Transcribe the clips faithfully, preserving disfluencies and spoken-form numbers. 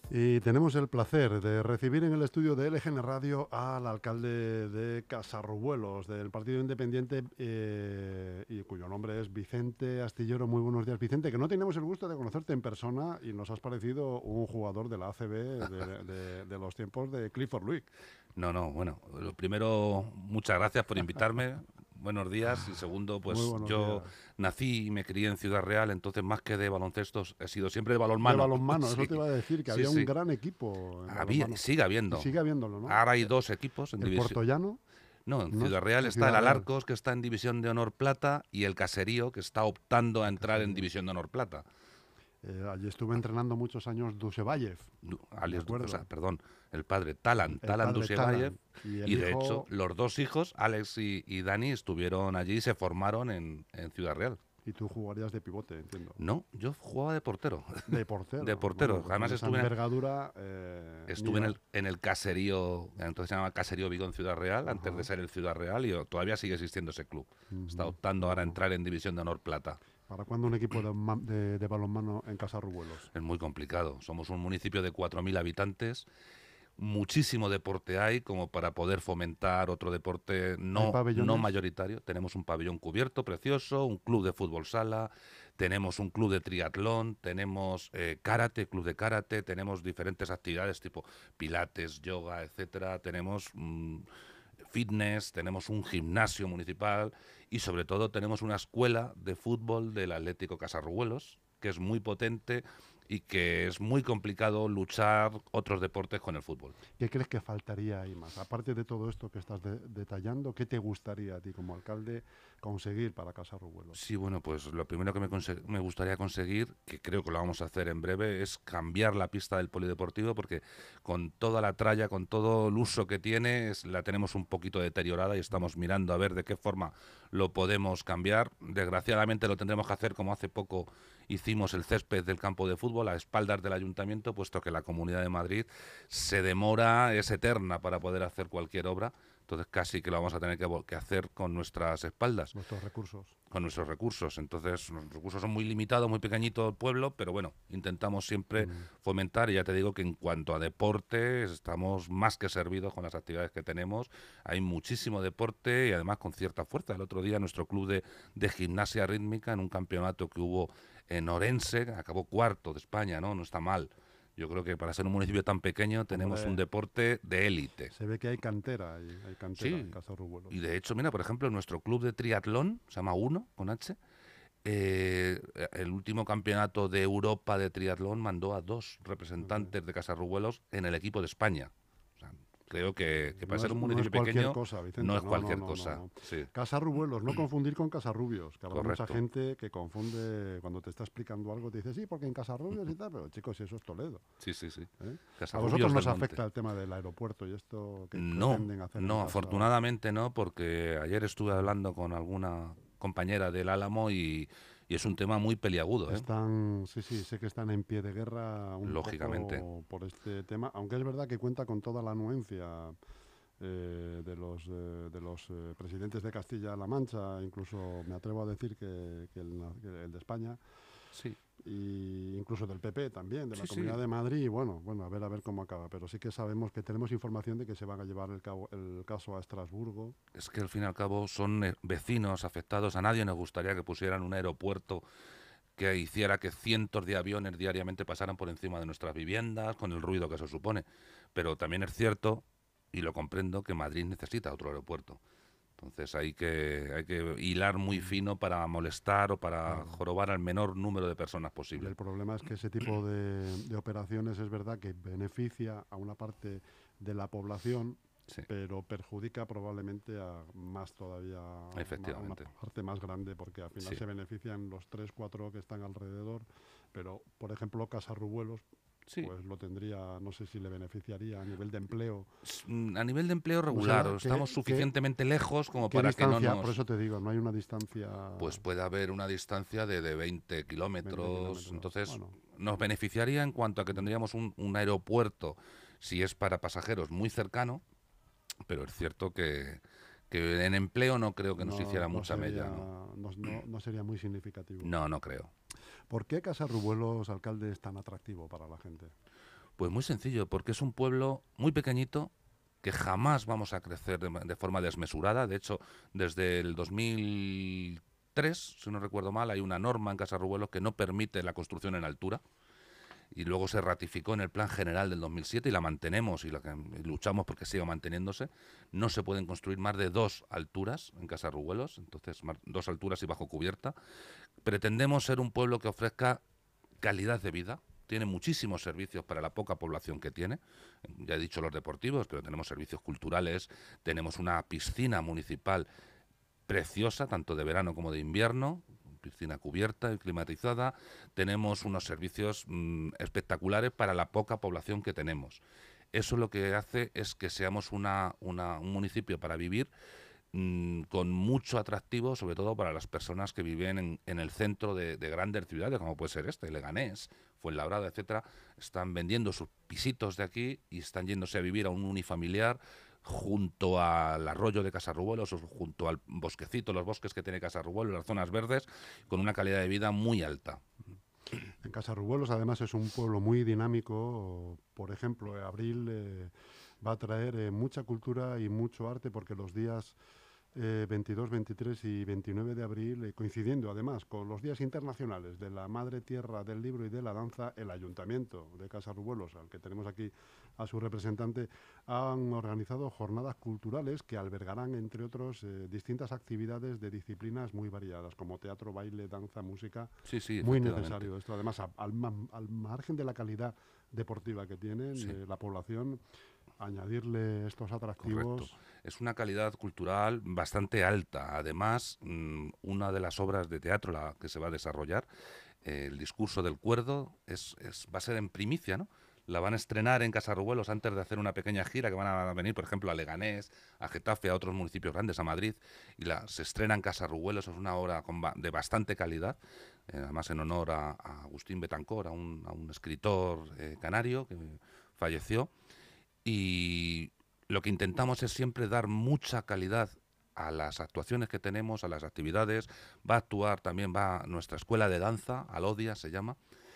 Y tenemos el placer de recibir en el estudio de L G N Radio al alcalde de Casarrubuelos, del Partido Independiente, eh, y cuyo nombre es Vicente Astillero. Muy buenos días, Vicente, que no tenemos el gusto de conocerte en persona y nos has parecido un jugador de la A C B de, de- de los tiempos de Clifford Luick. No, no, bueno, lo primero, muchas gracias por invitarme. Buenos días. Y segundo, Muy pues buenos yo días. nací y me crié en Ciudad Real, entonces más que de baloncestos he sido siempre de De balonmano. balonmano, eso Sí, te iba a decir, que sí, había un sí. gran equipo en Había, balonmano. sigue Y habiendo. sigue habiéndolo, ¿no? Ahora hay Eh, dos equipos en El división. Puertollano, No, en no es Ciudad Real en está el Ciudad Real. Alarcos, que está en División de Honor Plata, y el Caserío, que está optando a El entrar en Caserío. División de Honor Plata. Eh, allí estuve entrenando muchos años Dusevayev, Du- me alias, Du- o sea, acuerdo. perdón, el padre Talan, El Talan padre Dusiebayev, Talan y el y de hecho hijo, los dos hijos, Alex y, y Dani, estuvieron allí y se formaron en, en Ciudad Real. y tú jugarías de pivote, entiendo. No, yo jugaba de portero. De De portero. Bueno, portero. pues con Además esa estuve en el, envergadura, eh, ni estuve en las... el, en el caserío, entonces se llama Caserío Vigo en Ciudad Real, antes de Ajá. ser el Ciudad Real, y todavía sigue existiendo ese club. Está Ujú. optando ahora a Bueno, entrar en División de Honor Plata. ¿para cuándo un equipo de, ma- de, de balonmano en Casarrubuelos? Es muy complicado. Somos un municipio de cuatro mil habitantes. Muchísimo deporte hay como para poder fomentar otro deporte ¿Hay no, no pabellones? mayoritario. Tenemos un pabellón cubierto precioso, un club de fútbol sala, tenemos un club de triatlón, tenemos eh, karate, club de karate, tenemos diferentes actividades tipo pilates, yoga, etcétera. Tenemos mm, fitness, tenemos un gimnasio municipal y sobre todo tenemos una escuela de fútbol del Atlético Casarrubuelos, que es muy potente y que es muy complicado luchar otros deportes con el fútbol. ¿Qué crees que faltaría ahí más? Aparte de todo esto que estás de- detallando, ¿qué te gustaría a ti como alcalde conseguir para Casarrubuelos? Sí, bueno, pues lo primero que me, conse- me gustaría conseguir, que creo que lo vamos a hacer en breve, es cambiar la pista del polideportivo, porque con toda la tralla, con todo el uso que tiene, es- la tenemos un poquito deteriorada y estamos mirando a ver de qué forma lo podemos cambiar. Desgraciadamente lo tendremos que hacer como hace poco hicimos el césped del campo de fútbol a espaldas del ayuntamiento, puesto que la Comunidad de Madrid se demora, es eterna para poder hacer cualquier obra. Entonces casi que lo vamos a tener que, vo- que hacer con nuestras espaldas, Nuestros recursos. con nuestros recursos. Entonces, los recursos son muy limitados, muy pequeñito el pueblo, pero bueno, intentamos siempre Mm. fomentar. Y ya te digo que en cuanto a deporte, estamos más que servidos con las actividades que tenemos. Hay muchísimo deporte y además con cierta fuerza. El otro día, nuestro club de, de gimnasia rítmica, en un campeonato que hubo en Orense, acabó cuarto de España, ¿no? No está mal. Yo creo que para ser un municipio tan pequeño tenemos un Hombre, deporte de élite. se ve que hay cantera, hay, hay cantera en Sí, Casarrubuelos. y de hecho, mira, por ejemplo, nuestro club de triatlón, se llama Uno, con H, eh, el último campeonato de Europa de triatlón mandó a dos Fíjate. representantes de Casarrubuelos en el equipo de España. O sea, creo que, que para No ser es, un no es municipio cualquier pequeño cosa, no Vicente. es No, no, cualquier no, no, cosa. no. Sí, Casarrubuelos, no confundir con Casarrubios, que habrá mucha correcto. gente que confunde cuando te está explicando algo, te dice, sí, porque en Casarrubios y tal, pero chicos, si eso es Toledo. Sí, sí, sí. ¿Eh? A vosotros Casarrubios nos del Monte. afecta el tema del aeropuerto y esto que No, pretenden hacer en no, casa. afortunadamente no, porque ayer estuve hablando con alguna compañera del Álamo y, y es un tema muy peliagudo, ¿eh? Están, sí, sí, sé que están en pie de guerra un Lógicamente. poco por este tema, aunque es verdad que cuenta con toda la anuencia eh, de los, eh, de los eh, presidentes de Castilla-La Mancha, incluso me atrevo a decir que, que el, na- que el de España, Sí, y incluso del P P también, de la sí, Comunidad sí. de Madrid, y bueno, bueno, a ver a ver cómo acaba, pero sí que sabemos que tenemos información de que se van a llevar el, cabo- el caso a Estrasburgo. Es que al fin y al cabo son eh, vecinos afectados. A nadie nos gustaría que pusieran un aeropuerto que hiciera que cientos de aviones diariamente pasaran por encima de nuestras viviendas, con el ruido que eso supone. Pero también es cierto, y lo comprendo, que Madrid necesita otro aeropuerto. Entonces hay que, hay que hilar muy Mm, fino para molestar o para Claro. jorobar al menor número de personas Y posible. el problema es que ese tipo de, de operaciones es verdad que beneficia a una parte de la población, Sí, pero perjudica probablemente a más todavía, ma- a una efectivamente. parte más grande, porque al final Sí. se benefician los tres, cuatro que están alrededor, pero por ejemplo Casarrubuelos, Sí, pues lo tendría, no sé si le beneficiaría a nivel de empleo. S- mm, a nivel de empleo No regular, sé, o ¿qué, estamos qué, suficientemente lejos como qué para que no distancia? Por nos... eso te digo, no hay una distancia Pues puede haber una distancia de, de veinte veinte kilómetros, kilómetros. entonces Bueno, nos beneficiaría en cuanto a que mm, tendríamos un, un aeropuerto, si es para pasajeros, muy cercano, pero es cierto que, que en empleo no creo que nos no, hiciera no mucha sería, mella, ¿no? no, no- no sería muy significativo. No, no creo. ¿Por qué Casarrubuelos, alcalde, es tan atractivo para la gente? Pues muy sencillo, porque es un pueblo muy pequeñito que jamás vamos a crecer de, ma- de forma desmesurada. De hecho, desde el dos mil tres, si no recuerdo mal, hay una norma en Casarrubuelos que no permite la construcción en altura y luego se ratificó en el Plan General del dos mil siete y la mantenemos y, la que, y luchamos porque siga manteniéndose. No se pueden construir más de dos alturas en Casarrubuelos, entonces mar- dos alturas y bajo cubierta. Pretendemos ser un pueblo que ofrezca calidad de vida. Tiene muchísimos servicios para la poca población que tiene. Ya he dicho los deportivos, pero tenemos servicios culturales, tenemos una piscina municipal preciosa, tanto de verano como de invierno, piscina cubierta y climatizada. Tenemos unos servicios mm, espectaculares para la poca población que tenemos. Eso lo que hace es que seamos una, una- un municipio para vivir mm, con mucho atractivo, sobre todo para las personas que viven en, en el centro de, de grandes ciudades, como puede ser este, Leganés, Fuenlabrada, etcétera. Están vendiendo sus pisitos de aquí y están yéndose a vivir a un unifamiliar junto al arroyo de Casarrubuelos o junto al bosquecito, los bosques que tiene Casarrubuelos, las zonas verdes, con una calidad de vida muy alta. En Casarrubuelos, además, es un pueblo muy dinámico. Por ejemplo, eh, abril eh, va a traer eh, mucha cultura y mucho arte porque los días eh, veintidós, veintitrés y veintinueve de abril, eh, coincidiendo además con los días internacionales de la Madre Tierra del Libro y de la Danza, el Ayuntamiento de Casarrubuelos, al que tenemos aquí a su representante, han organizado jornadas culturales que albergarán, entre otros, eh, distintas actividades de disciplinas muy variadas, como teatro, baile, danza, música. Sí, sí, Muy efectivamente. necesario esto, además, a- al, ma- al margen de la calidad deportiva que tienen, Sí. eh, la población, añadirle estos Correcto. atractivos. Es una calidad cultural bastante alta. Además, mm, una de las obras de teatro la que se va a desarrollar, eh, el discurso del cuerdo, es, es- va a ser en primicia, ¿no? La van a estrenar en Casarrubuelos antes de hacer una pequeña gira que van a venir, por ejemplo, a Leganés, a Getafe, a otros municipios grandes, a Madrid, y la, se estrena en Casarrubuelos. Es una obra con ba- de bastante calidad, eh, además en honor a, a Agustín Betancor, a un, a un escritor eh, canario que falleció y lo que intentamos es siempre dar mucha calidad a las actuaciones que tenemos, a las actividades. Va a actuar también, va nuestra escuela de danza, Alodia se llama,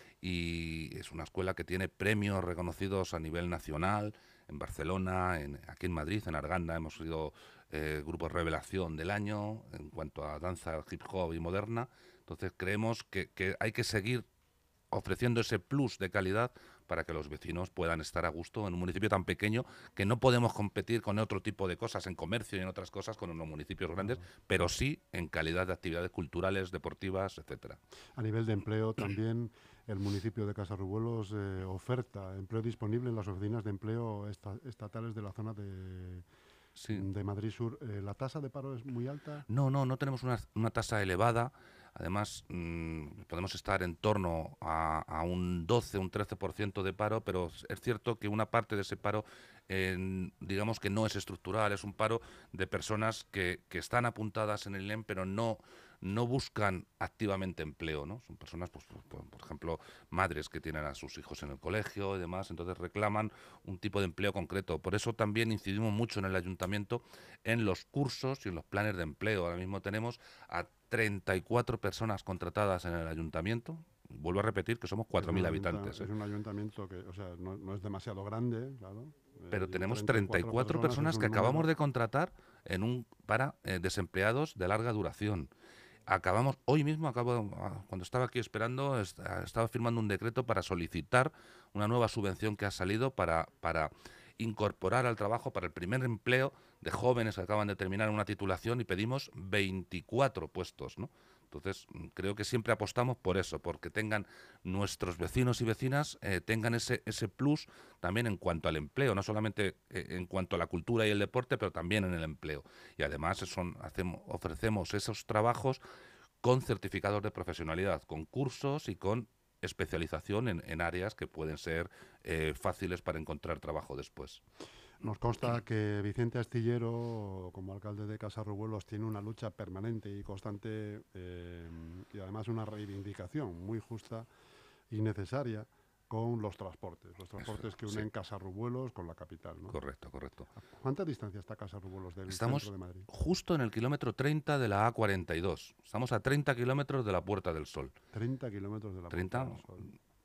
y es una escuela que tiene premios reconocidos a nivel nacional, en Barcelona, en, aquí en Madrid, en Arganda, hemos sido eh, grupo revelación del año en cuanto a danza hip hop y moderna. Entonces creemos que, que hay que seguir ofreciendo ese plus de calidad para que los vecinos puedan estar a gusto en un municipio tan pequeño que no podemos competir con otro tipo de cosas en comercio y en otras cosas con unos municipios grandes, Claro, pero claro. sí en calidad de actividades culturales, deportivas, etcétera. A nivel de empleo también el municipio de Casarrubuelos eh, oferta empleo disponible en las oficinas de empleo esta- estatales de la zona de, Sí. de Madrid Sur. Eh, ¿la tasa de paro es muy alta? No, no, no tenemos una, una tasa elevada. Además, mmm, podemos estar en torno a, a un doce, un trece por ciento de paro, pero es cierto que una parte de ese paro, eh, digamos que no es estructural, es un paro de personas que, que están apuntadas en el I E M, pero no, no buscan activamente empleo, ¿no? Son personas, pues, por, por- por ejemplo, madres que tienen a sus hijos en el colegio y demás, entonces reclaman un tipo de empleo concreto. Por eso también incidimos mucho en el ayuntamiento en los cursos y en los planes de empleo. Ahora mismo tenemos a treinta y cuatro personas contratadas en el ayuntamiento. Vuelvo a repetir que somos Es cuatro un, mil ayunta- habitantes, ¿eh? es un ayuntamiento que, o sea, no, no es demasiado grande, claro. Pero Eh, y tenemos treinta y treinta y cuatro cuatro personas es personas que un acabamos número. de contratar en un para eh, desempleados de larga duración. Acabamos, hoy mismo, acabo, ah, cuando estaba aquí esperando, est- ah, estaba firmando un decreto para solicitar una nueva subvención que ha salido para, para incorporar al trabajo para el primer empleo de jóvenes que acaban de terminar una titulación y pedimos veinticuatro puestos, ¿no? Entonces, mm, creo que siempre apostamos por eso, porque tengan nuestros vecinos y vecinas, eh, tengan ese, ese plus también en cuanto al empleo, no solamente eh, en cuanto a la cultura y el deporte, pero también en el empleo. Y además son, hacemos, ofrecemos esos trabajos con certificados de profesionalidad, con cursos y con especialización en, en áreas que pueden ser eh, fáciles para encontrar trabajo después. Nos consta que Vicente Astillero, como alcalde de Casarrubuelos, tiene una lucha permanente y constante eh, y además una reivindicación muy justa y necesaria con los transportes, los Eso, transportes que sí, unen Casarrubuelos con la capital, ¿no? correcto, correcto. ¿Cuánta distancia está Casarrubuelos del centro Estamos de Madrid? justo en el kilómetro treinta de la A cuarenta y dos. Estamos a treinta kilómetros de la Puerta del Sol. treinta kilómetros de la Puerta treinta, del Sol.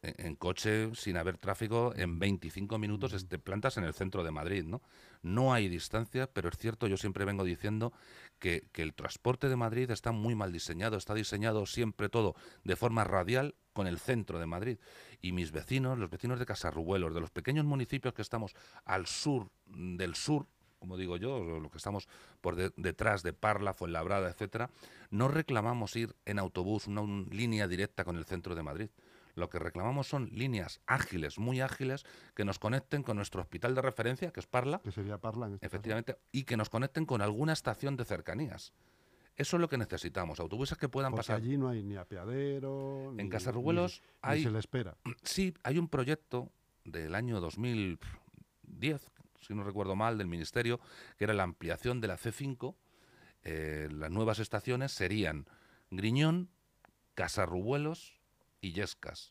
en, en coche, sin haber tráfico, en veinticinco minutos Mm. te plantas en el centro de Madrid, ¿no? No hay distancia, pero es cierto, yo siempre vengo diciendo que, que el transporte de Madrid está muy mal diseñado, está diseñado siempre todo de forma radial con el centro de Madrid. Y mis vecinos, los vecinos de Casarrubuelos, de los pequeños municipios que estamos al sur del sur, como digo yo, lo que estamos por de, detrás de Parla, Fuenlabrada, etcétera, no reclamamos ir en autobús, una, una línea directa con el centro de Madrid. Lo que reclamamos son líneas ágiles, muy ágiles, que nos conecten con nuestro hospital de referencia, que es Parla, Que sería Parla en este efectivamente, y que nos conecten con alguna estación de cercanías. Eso es lo que necesitamos, autobuses que puedan caso. Porque pasar. allí no hay ni apeadero, En ni, Casarrubuelos ni, ni se hay, le espera. sí, hay un proyecto del año dos mil diez, si no recuerdo mal, del Ministerio, que era la ampliación de la C cinco. Eh, las nuevas estaciones serían Griñón, Casarrubuelos y Illescas.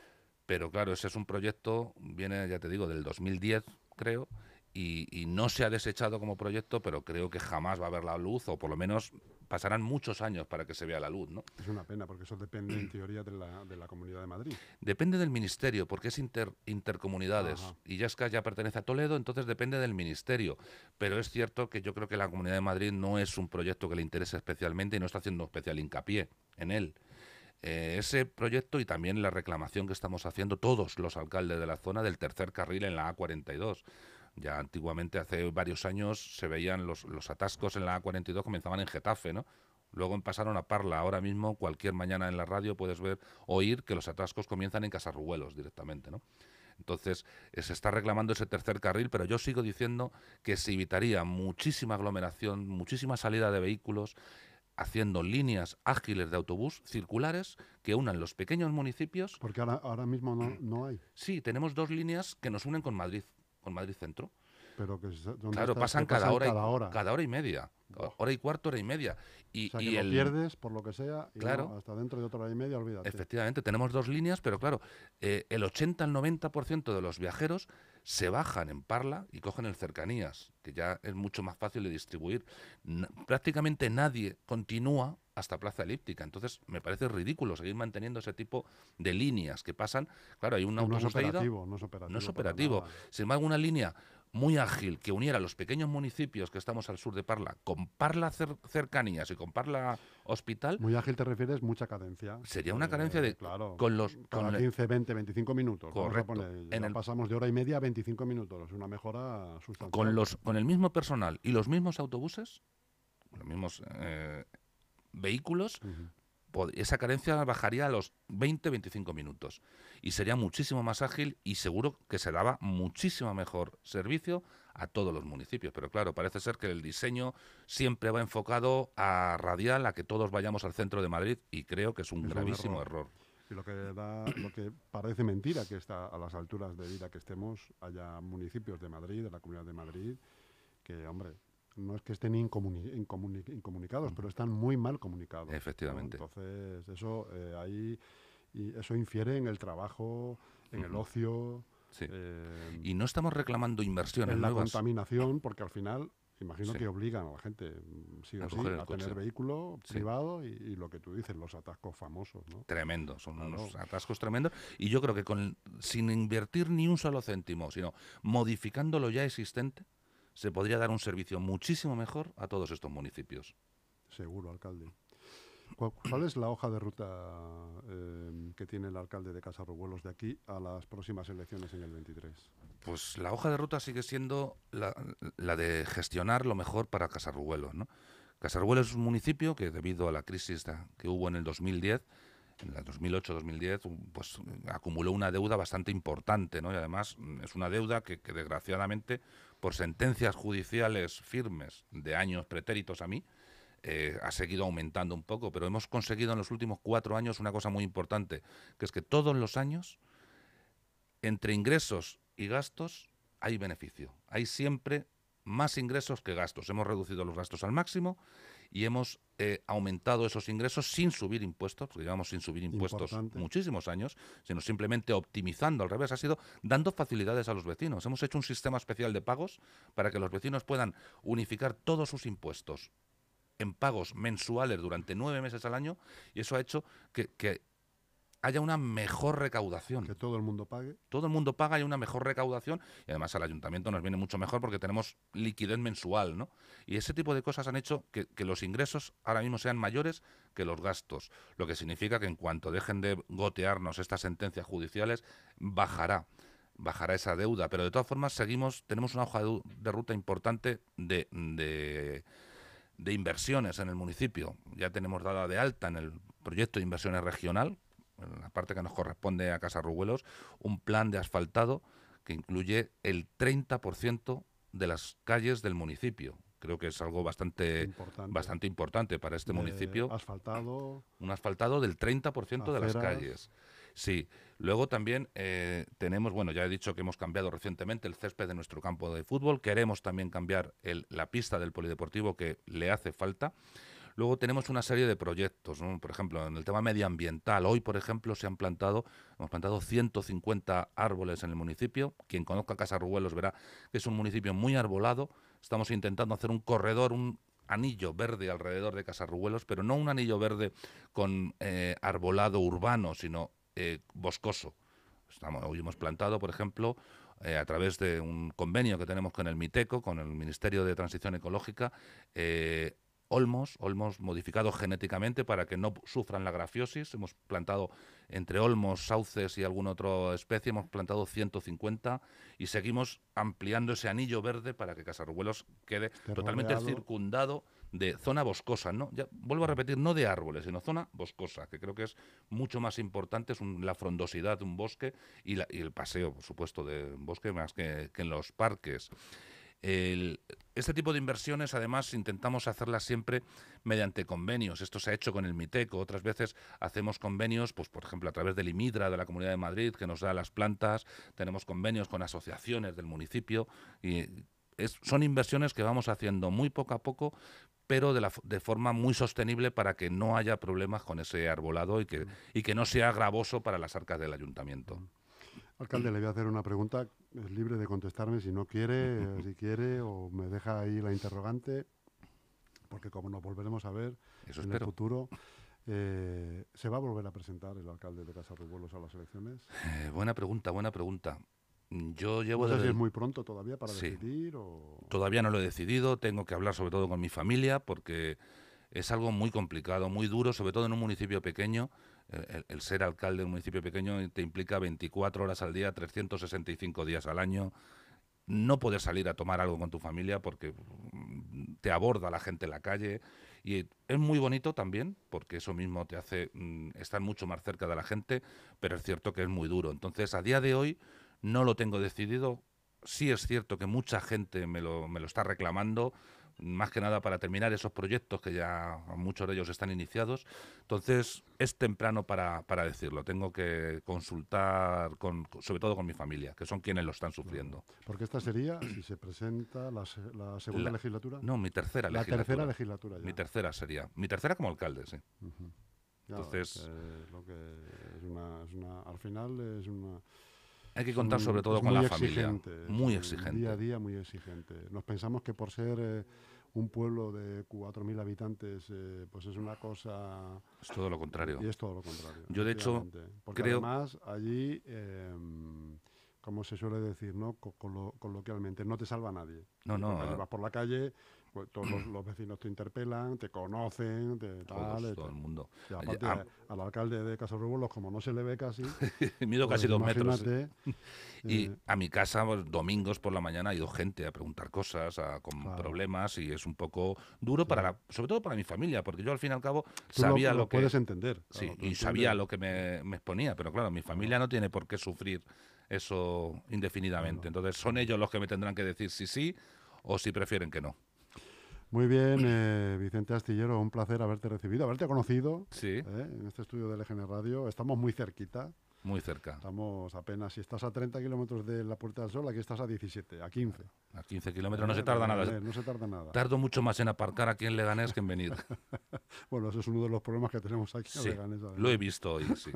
Pero claro, ese es un proyecto, viene, ya te digo, del dos mil diez, creo, y, y no se ha desechado como proyecto, pero creo que jamás va a ver la luz, o por lo menos pasarán muchos años para que se vea la luz, ¿no? Es una pena, porque eso depende en teoría de la, de la Comunidad de Madrid. Depende del ministerio, porque es inter, intercomunidades. Ajá. Y Illescas ya pertenece a Toledo, entonces depende del ministerio. Pero es cierto que yo creo que la Comunidad de Madrid no es un proyecto que le interese especialmente y no está haciendo especial hincapié en él. Eh, ese proyecto y también la reclamación que estamos haciendo todos los alcaldes de la zona del tercer carril en la A cuarenta y dos. Ya antiguamente, hace varios años, se veían los, los atascos en la A cuarenta y dos, comenzaban en Getafe, ¿no? Luego pasaron a Parla. Ahora mismo, cualquier mañana en la radio puedes ver, oír que los atascos comienzan en Casarrubuelos directamente, ¿no? Entonces, eh, se está reclamando ese tercer carril, pero yo sigo diciendo que se evitaría muchísima aglomeración, muchísima salida de vehículos, haciendo líneas ágiles de autobús circulares que unan los pequeños municipios. Porque ahora, ahora mismo no, no hay. Sí, tenemos dos líneas que nos unen con Madrid, con Madrid Centro. Pero que se- ¿dónde Claro, está? pasan Que cada hora, y, cada hora. cada hora y media, Buah. hora y cuarto, hora y media. Y, O sea, que y lo el, pierdes por lo que sea y Claro. no, hasta dentro de otra hora y media, olvídate. efectivamente, tenemos dos líneas, pero claro, eh, el ochenta al noventa por ciento de los viajeros se bajan en Parla y cogen el Cercanías, que ya es mucho más fácil de distribuir. N- prácticamente nadie continúa hasta Plaza Elíptica, entonces me parece ridículo seguir manteniendo ese tipo de líneas que pasan. Claro, hay un No es autobús de ida, operativo, no es operativo. no es para operativo. nada. Sin embargo, una línea muy ágil que uniera los pequeños municipios que estamos al sur de Parla con Parla cer- Cercanías y con Parla Hospital, Muy ágil te refieres, mucha cadencia. sería una Eh, cadencia de... Claro, con los cada con el- quince, veinte, veinticinco minutos. vamos a Correcto. poner, En ya el- pasamos de hora y media a veinticinco minutos. Es una mejora sustancial. con los con el mismo personal y los mismos autobuses, los mismos eh, vehículos, Ujú. pod- esa carencia bajaría a los veinte veinticinco minutos y sería muchísimo más ágil y seguro que se daba muchísimo mejor servicio a todos los municipios. Pero claro, parece ser que el diseño siempre va enfocado a radial, a que todos vayamos al centro de Madrid, y creo que es un Es un gravísimo error. error. Y lo que da, lo que parece mentira, que está a las alturas de vida que estemos, haya municipios de Madrid, de la Comunidad de Madrid, que, hombre, no es que estén incomuni- incomuni- incomunicados, pero están muy mal comunicados. ¿no? Efectivamente. Entonces, eso eh, ahí y eso infiere en el trabajo, en el Ujú. ocio, Sí. eh, Y no estamos reclamando inversiones en la nuevas. contaminación, porque al final imagino Sí. que obligan a la gente, mm, sí A o sí, coger el a tener coche. vehículo Sí. privado y, y lo que tú dices, los atascos famosos, ¿no? Tremendo, son Claro. unos atascos tremendos, y yo creo que con sin invertir ni un solo céntimo, sino modificando lo ya existente, se podría dar un servicio muchísimo mejor a todos estos municipios. Seguro, alcalde. ¿Cuál, cuál es la hoja de ruta eh, que tiene el alcalde de Casarrubuelos de aquí a las próximas elecciones en el veintitrés? Pues la hoja de ruta sigue siendo la, la de gestionar lo mejor para Casarrubuelos, ¿no? Casarrubuelos es un municipio que, debido a la crisis da- que hubo en el dos mil diez, en el dos mil ocho dos mil diez, pues acumuló una deuda bastante importante, ¿no? Y además mm, es una deuda que, que desgraciadamente, por sentencias judiciales firmes de años pretéritos a mí, eh, ha seguido aumentando un poco, pero hemos conseguido en los últimos cuatro años una cosa muy importante, que es que todos los años, entre ingresos y gastos, hay beneficio. Hay siempre más ingresos que gastos. Hemos reducido los gastos al máximo y hemos eh, aumentado esos ingresos sin subir impuestos, porque llevamos sin subir impuestos Importante. muchísimos años, sino simplemente optimizando. Al revés, ha sido dando facilidades a los vecinos. Hemos hecho un sistema especial de pagos para que los vecinos puedan unificar todos sus impuestos en pagos mensuales durante nueve meses al año, y eso ha hecho que, que haya una mejor recaudación. Que todo el mundo pague. Todo el mundo paga y una mejor recaudación, y además al ayuntamiento nos viene mucho mejor porque tenemos liquidez mensual, ¿no? Y ese tipo de cosas han hecho que, que los ingresos ahora mismo sean mayores que los gastos, lo que significa que en cuanto dejen de gotearnos estas sentencias judiciales, bajará. bajará esa deuda, pero de todas formas seguimos, tenemos una hoja de, de ruta importante de, de, de inversiones en el municipio. Ya tenemos dada de alta en el proyecto de inversiones regional, en la parte que nos corresponde a Casarrubuelos, un plan de asfaltado que incluye el treinta por ciento de las calles del municipio. Creo que es algo bastante importante, bastante importante para este de municipio. Asfaltado. Un asfaltado del treinta por ciento de las calles. Sí. Luego también eh, tenemos, bueno, ya he dicho que hemos cambiado recientemente el césped de nuestro campo de fútbol. Queremos también cambiar el, la pista del polideportivo que le hace falta. Luego tenemos una serie de proyectos, ¿no? Por ejemplo, en el tema medioambiental. Hoy, por ejemplo, se han plantado, hemos plantado ciento cincuenta árboles en el municipio. Quien conozca Casarrubuelos verá que es un municipio muy arbolado. Estamos intentando hacer un corredor, un anillo verde alrededor de Casarrubuelos, pero no un anillo verde con eh, arbolado urbano, sino eh, boscoso. Estamos, hoy hemos plantado, por ejemplo, eh, a través de un convenio que tenemos con el MITECO, con el Ministerio de Transición Ecológica, eh, olmos, olmos modificados genéticamente para que no sufran la grafiosis. Hemos plantado entre olmos, sauces y alguna otra especie, hemos plantado ciento cincuenta y seguimos ampliando ese anillo verde para que Casarrubuelos quede Esté totalmente rodeado. circundado de zona boscosa, ¿no? Ya vuelvo a repetir, no de árboles, sino zona boscosa, que creo que es mucho más importante, es un, la frondosidad de un bosque y, la, y el paseo, por supuesto, de un bosque más que, que en los parques. El, este tipo de inversiones, además, intentamos hacerlas siempre mediante convenios. Esto se ha hecho con el MITECO. Otras veces hacemos convenios, pues por ejemplo, a través del IMIDRA, de la Comunidad de Madrid, que nos da las plantas. Tenemos convenios con asociaciones del municipio. Y es, son inversiones que vamos haciendo muy poco a poco, pero de, la, de forma muy sostenible para que no haya problemas con ese arbolado y que, y que no sea gravoso para las arcas del ayuntamiento. Alcalde, le voy a hacer una pregunta, es libre de contestarme si no quiere, si quiere, o me deja ahí la interrogante, porque como nos volveremos a ver Eso en espero. el futuro, eh, ¿se va a volver a presentar el alcalde de Casarrubuelos a las elecciones? Eh, buena pregunta, buena pregunta. Yo llevo no sé desde si es muy pronto todavía para sí. decidir o... Todavía no lo he decidido, tengo que hablar sobre todo con mi familia, porque es algo muy complicado, muy duro, sobre todo en un municipio pequeño. El, el ser alcalde de un municipio pequeño te implica veinticuatro horas al día, trescientos sesenta y cinco días al año. No poder salir a tomar algo con tu familia porque te aborda la gente en la calle. Y es muy bonito también, porque eso mismo te hace mm, estar mucho más cerca de la gente, pero es cierto que es muy duro. Entonces, a día de hoy no lo tengo decidido. Sí es cierto que mucha gente me lo, me lo está reclamando, más que nada para terminar esos proyectos que ya muchos de ellos están iniciados. Entonces, es temprano para, para decirlo. Tengo que consultar, con, sobre todo con mi familia, que son quienes lo están sufriendo. Porque esta sería, si se presenta, la, la segunda la, legislatura. No, mi tercera la legislatura. La tercera legislatura ya. Mi tercera sería. Mi tercera como alcalde, sí. Uh-huh. Ya, Entonces... eh, lo que es una, es una, al final es una... Hay que contar sobre todo con la familia. Muy exigente. Día a día muy exigente. Nos pensamos que por ser eh, un pueblo de cuatro mil habitantes, eh, pues es una cosa... Es todo lo contrario. Y es todo lo contrario. Yo de hecho Porque creo... además allí, eh, como se suele decir, ¿no? Colo coloquialmente, no te salva nadie. No, no. Cuando vas por la calle, pues todos los, los vecinos te interpelan, te conocen, te, Todos, tal, todo el mundo. Y aparte, a, al alcalde de Casarrubuelos, como no se le ve casi... Mido pues casi dos metros. eh, y a mi casa, pues, domingos por la mañana, ha ido gente a preguntar cosas, a, con claro. problemas, y es un poco duro, claro. para la, sobre todo para mi familia, porque yo al fin y al cabo Tú sabía lo, lo, lo que... puedes entender. Sí, claro, y sabía lo que me, me exponía, pero claro, mi familia claro. no tiene por qué sufrir eso indefinidamente. Claro. Entonces son ellos los que me tendrán que decir si sí o si prefieren que no. Muy bien, eh, Vicente Astillero, un placer haberte recibido, haberte conocido sí. eh, en este estudio de L G N Radio. Estamos muy cerquita. Muy cerca. Estamos apenas, si estás a treinta kilómetros de la Puerta del Sol, aquí estás a diecisiete, a quince. A quince kilómetros no eh, se tarda eh, nada. Eh, no se tarda nada. Tardo mucho más en aparcar aquí en Leganés que en venir. Bueno, ese es uno de los problemas que tenemos aquí sí, en Leganés. Además. Lo he visto hoy, sí.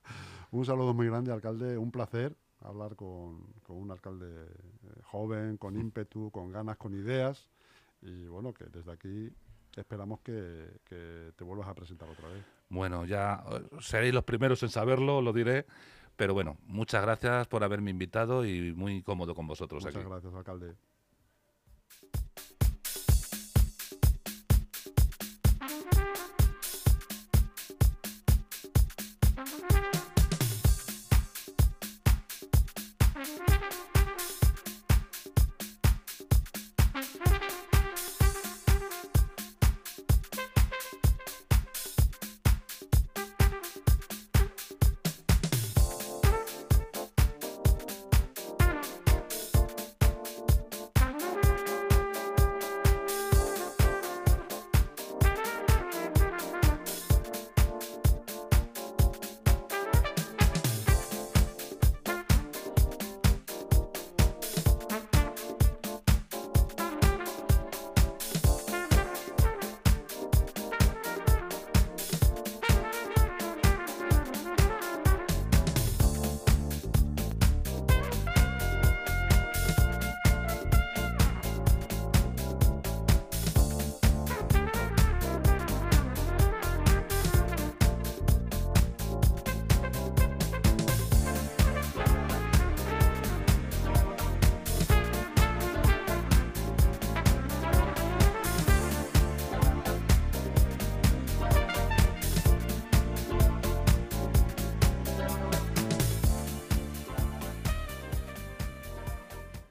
Un saludo muy grande, alcalde. Un placer hablar con, con un alcalde joven, con ímpetu, con ganas, con ideas. Y bueno, que desde aquí esperamos que, que te vuelvas a presentar otra vez. Bueno, ya eh, seréis los primeros en saberlo, lo diré, pero bueno, muchas gracias por haberme invitado y muy cómodo con vosotros Muchas aquí. gracias, alcalde.